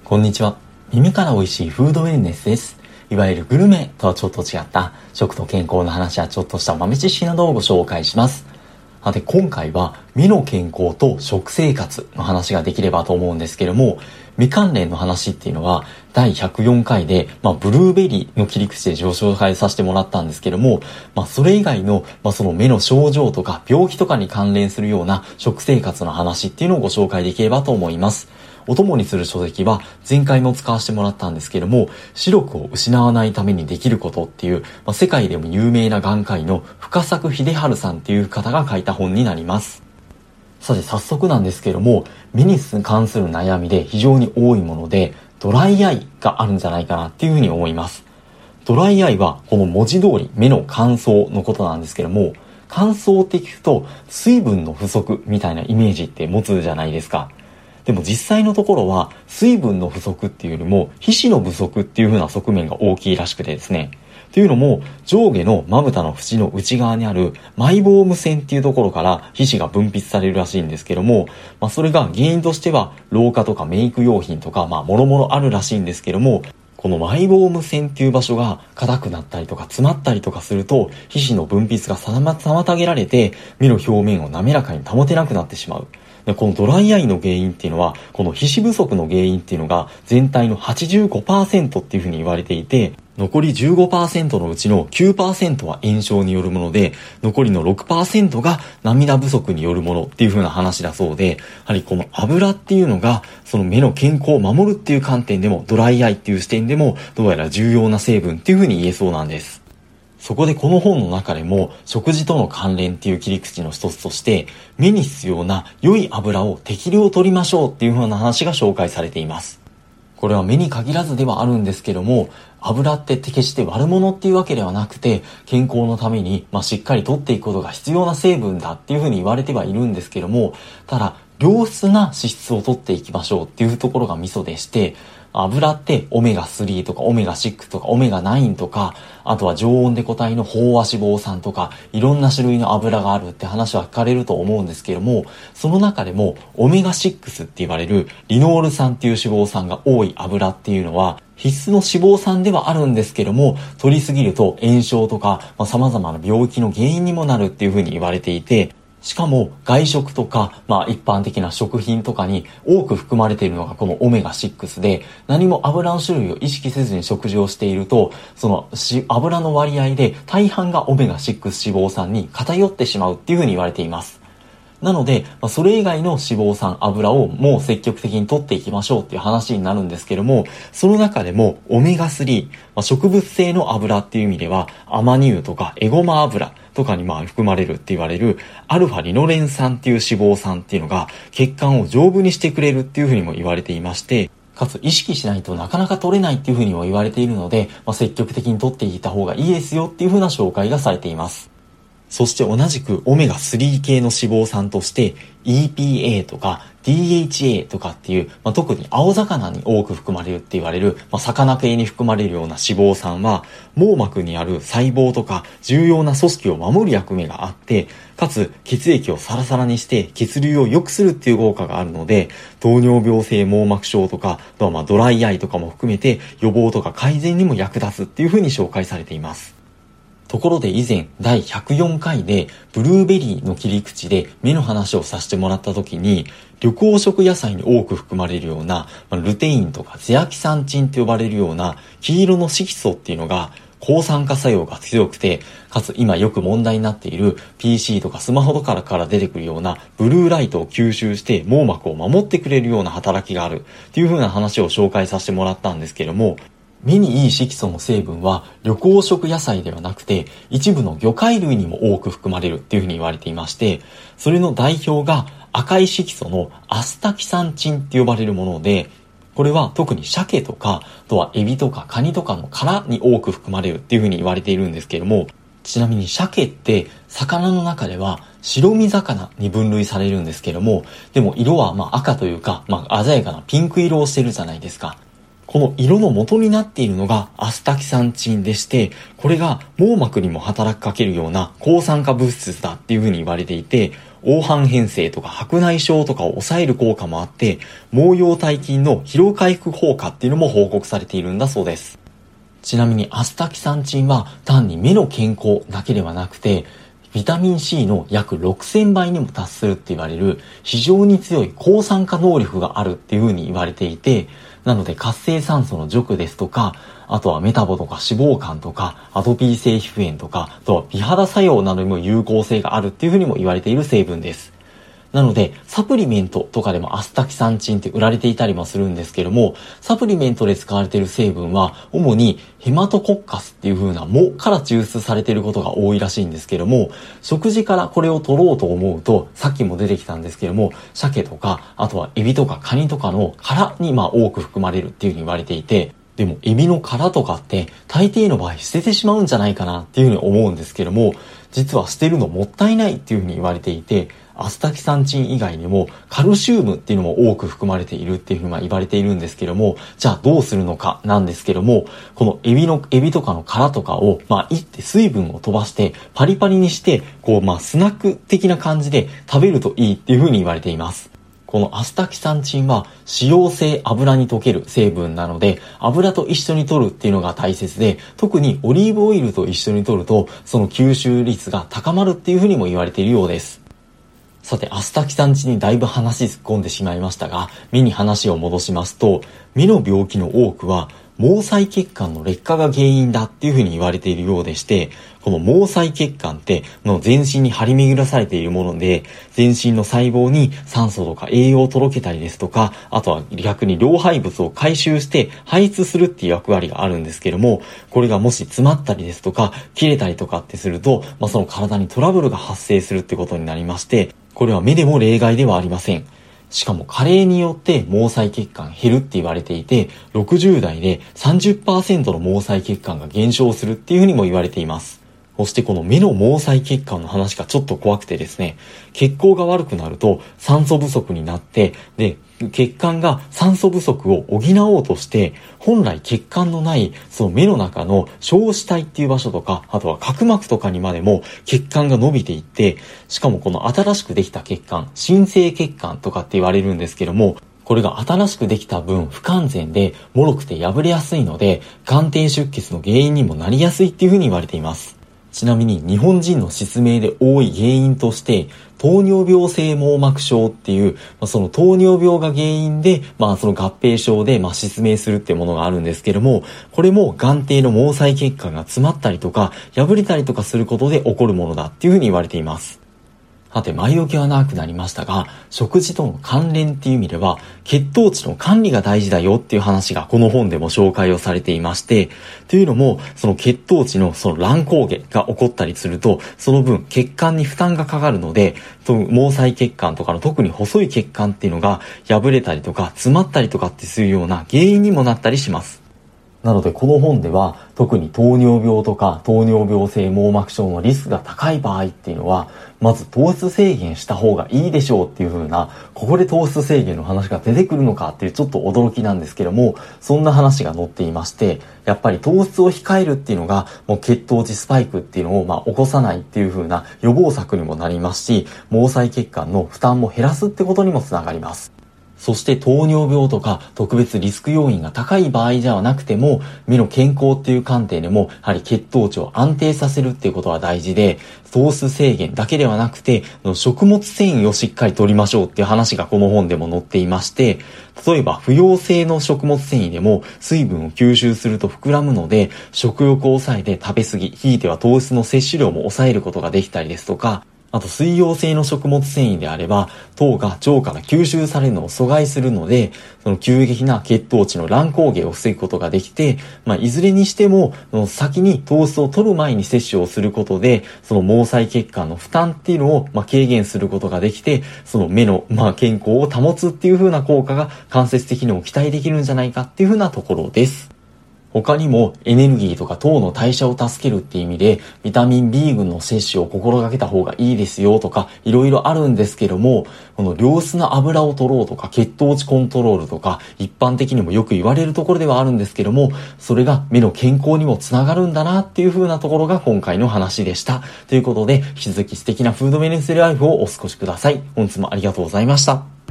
こんにちは。耳から美味しいフードウェルネスです。いわゆるグルメとはちょっと違った食と健康の話やちょっとした豆知識などをご紹介します。で、今回は目の健康と食生活の話ができればと思うんですけども、目関連の話っていうのは第104回で、ブルーベリーの切り口でご紹介させてもらったんですけども、それ以外の、その目の症状とか病気とかに関連するような食生活の話っていうのをご紹介できればと思います。お供にする書籍は前回も使わせてもらったんですけども、視力を失わないためにできることっていう、世界でも有名な眼科医の深作秀治さんっていう方が書いた本になります。さて早速なんですけども、目に関する悩みで非常に多いもので、ドライアイがあるんじゃないかなっていうふうに思います。ドライアイはこの文字通り目の乾燥のことなんですけども、乾燥って聞くと水分の不足みたいなイメージって持つじゃないですか。でも実際のところは水分の不足っていうよりも皮脂の不足っていう風な側面が大きいらしくてですね。というのも上下のまぶたの縁の内側にあるマイボーム腺っていうところから皮脂が分泌されるらしいんですけども、それが原因としては老化とかメイク用品とかもろもろあるらしいんですけども、このマイボーム腺っていう場所が硬くなったりとか詰まったりとかすると皮脂の分泌が妨げられて目の表面を滑らかに保てなくなってしまう。でこのドライアイの原因っていうのは、この皮脂不足の原因っていうのが全体の 85% っていうふうに言われていて、残り 15% のうちの 9% は炎症によるもので、残りの 6% が涙不足によるものっていう風な話だそうで、やはりこの油っていうのがその目の健康を守るっていう観点でも、ドライアイっていう視点でもどうやら重要な成分っていう風に言えそうなんです。そこでこの本の中でも食事との関連っていう切り口の一つとして、目に必要な良い油を適量取りましょうっていう風な話が紹介されています。これは目に限らずではあるんですけども、油って決して悪者っていうわけではなくて、健康のためにしっかり取っていくことが必要な成分だっていう風に言われてはいるんですけども、ただ良質な脂質を取っていきましょうっていうところがミソでして、油ってオメガ3とかオメガ6とかオメガ9とか、あとは常温デコ体の飽和脂肪酸とか、いろんな種類の油があるって話は聞かれると思うんですけども、その中でもオメガ6って言われるリノール酸っていう脂肪酸が多い油っていうのは必須の脂肪酸ではあるんですけども、取りすぎると炎症とか、様々な病気の原因にもなるっていうふうに言われていて、しかも外食とか、一般的な食品とかに多く含まれているのがこのオメガ6で、何も油の種類を意識せずに食事をしていると、その油の割合で大半がオメガ6脂肪酸に偏ってしまうっていうふうに言われています。なので、それ以外の脂肪酸、油をもう積極的に取っていきましょうっていう話になるんですけども、その中でもオメガ3、植物性の油っていう意味では、アマニ油とかエゴマ油とかに含まれるって言われるアルファリノレン酸っていう脂肪酸っていうのが血管を丈夫にしてくれるっていうふうにも言われていまして、かつ意識しないとなかなか取れないっていうふうにも言われているので、積極的に取っていった方がいいですよっていうふうな紹介がされています。そして同じくオメガ3系の脂肪酸として EPA とか DHA とかっていう、特に青魚に多く含まれるって言われる、魚系に含まれるような脂肪酸は網膜にある細胞とか重要な組織を守る役目があって、かつ血液をサラサラにして血流を良くするっていう効果があるので、糖尿病性網膜症とか、あとはドライアイとかも含めて予防とか改善にも役立つっていうふうに紹介されています。ところで以前第104回でブルーベリーの切り口で目の話をさせてもらった時に、緑黄色野菜に多く含まれるようなルテインとかゼアキサンチンと呼ばれるような黄色の色素っていうのが抗酸化作用が強くて、かつ今よく問題になっている PC とかスマホとかから出てくるようなブルーライトを吸収して網膜を守ってくれるような働きがあるっていう風な話を紹介させてもらったんですけども、目にいい色素の成分は緑黄色野菜ではなくて一部の魚介類にも多く含まれるっていうふうに言われていまして、それの代表が赤い色素のアスタキサンチンって呼ばれるもので、これは特に鮭とか、あとはエビとかカニとかの殻に多く含まれるっていうふうに言われているんですけれども、ちなみに鮭って魚の中では白身魚に分類されるんですけれども、でも色は赤というか、鮮やかなピンク色をしてるじゃないですか。この色の元になっているのがアスタキサンチンでして、これが網膜にも働きかけるような抗酸化物質だっていうふうに言われていて、 黄斑変性とか白内障とかを抑える効果もあって、毛様体筋の疲労回復効果っていうのも報告されているんだそうです。ちなみにアスタキサンチンは単に目の健康だけではなくて、ビタミン C の約6000倍にも達するって言われる非常に強い抗酸化能力があるっていう風に言われていて、なので活性酸素の除去ですとか、あとはメタボとか脂肪肝とかアトピー性皮膚炎とか、あとは美肌作用などにも有効性があるっていう風にも言われている成分です。なので、サプリメントとかでもアスタキサンチンって売られていたりもするんですけども、サプリメントで使われている成分は、主にヘマトコッカスっていう風な藻から抽出されていることが多いらしいんですけども、食事からこれを取ろうと思うと、さっきも出てきたんですけども、鮭とか、あとはエビとかカニとかの殻に多く含まれるっていう風に言われていて、でもエビの殻とかって大抵の場合捨ててしまうんじゃないかなっていう風に思うんですけども、実は捨てるのもったいないっていう風に言われていて、アスタキサンチン以外にもカルシウムっていうのも多く含まれているっていうふうに言われているんですけども、じゃあどうするのかなんですけども、このエビとかの殻とかをいって水分を飛ばしてパリパリにしてスナック的な感じで食べるといいっていうふうに言われています。このアスタキサンチンは脂溶性油に溶ける成分なので、油と一緒に摂るっていうのが大切で、特にオリーブオイルと一緒に摂るとその吸収率が高まるっていうふうにも言われているようです。さて、アスタキサンチンにだいぶ話突っ込んでしまいましたが、目に話を戻しますと、目の病気の多くは毛細血管の劣化が原因だっていうふうに言われているようでして、この毛細血管って全身に張り巡らされているもので、全身の細胞に酸素とか栄養を届けたりですとか、あとは逆に老廃物を回収して排出するっていう役割があるんですけども、これがもし詰まったりですとか切れたりとかってすると、その体にトラブルが発生するってことになりまして、これは目でも例外ではありません。しかも加齢によって毛細血管減るって言われていて、60代で 30% の毛細血管が減少するっていうふうにも言われています。そしてこの目の毛細血管の話がちょっと怖くてですね、血行が悪くなると酸素不足になって、で、血管が酸素不足を補おうとして、本来血管のないその目の中の小枝帯っていう場所とか、あとは角膜とかにまでも血管が伸びていって、しかもこの新しくできた血管、新生血管とかって言われるんですけども、これが新しくできた分不完全で脆くて破れやすいので、眼底出血の原因にもなりやすいっていうふうに言われています。ちなみに日本人の失明で多い原因として、糖尿病性網膜症っていう、その糖尿病が原因で、その合併症で、失明するっていうものがあるんですけども、これも眼底の毛細血管が詰まったりとか、破れたりとかすることで起こるものだっていうふうに言われています。さて、前置きは長くなりましたが、食事との関連っていう意味では、血糖値の管理が大事だよっていう話がこの本でも紹介をされていまして、というのも、その血糖値のその乱高下が起こったりすると、その分血管に負担がかかるので、毛細血管とかの特に細い血管っていうのが破れたりとか詰まったりとかってするような原因にもなったりします。なのでこの本では特に糖尿病とか糖尿病性網膜症のリスクが高い場合っていうのは、まず糖質制限した方がいいでしょうっていう風な、ここで糖質制限の話が出てくるのかっていうちょっと驚きなんですけども、そんな話が載っていまして、やっぱり糖質を控えるっていうのがもう血糖値スパイクっていうのを起こさないっていう風な予防策にもなりますし、毛細血管の負担も減らすってことにもつながります。そして糖尿病とか特別リスク要因が高い場合じゃなくても、目の健康っていう観点でもやはり血糖値を安定させるっていうことは大事で、糖質制限だけではなくて食物繊維をしっかり摂りましょうっていう話がこの本でも載っていまして、例えば不溶性の食物繊維でも水分を吸収すると膨らむので、食欲を抑えて食べ過ぎ、ひいては糖質の摂取量も抑えることができたりですとか、あと水溶性の食物繊維であれば糖が腸から吸収されるのを阻害するので、その急激な血糖値の乱高下を防ぐことができて、いずれにしても先に糖質を取る前に摂取をすることで、その毛細血管の負担っていうのを軽減することができて、その目の健康を保つっていう風な効果が間接的にも期待できるんじゃないかっていう風なところです。 他にもエネルギーとか糖の代謝を助けるっていう意味でビタミン B 群の摂取を心がけた方がいいですよとかいろいろあるんですけども、この良質な油を取ろうとか血糖値コントロールとか一般的にもよく言われるところではあるんですけども、それが目の健康にもつながるんだなっていう風なところが今回の話でした。ということで引き続き素敵なフードウェルネスライフをお過ごしください。本日もありがとうございました。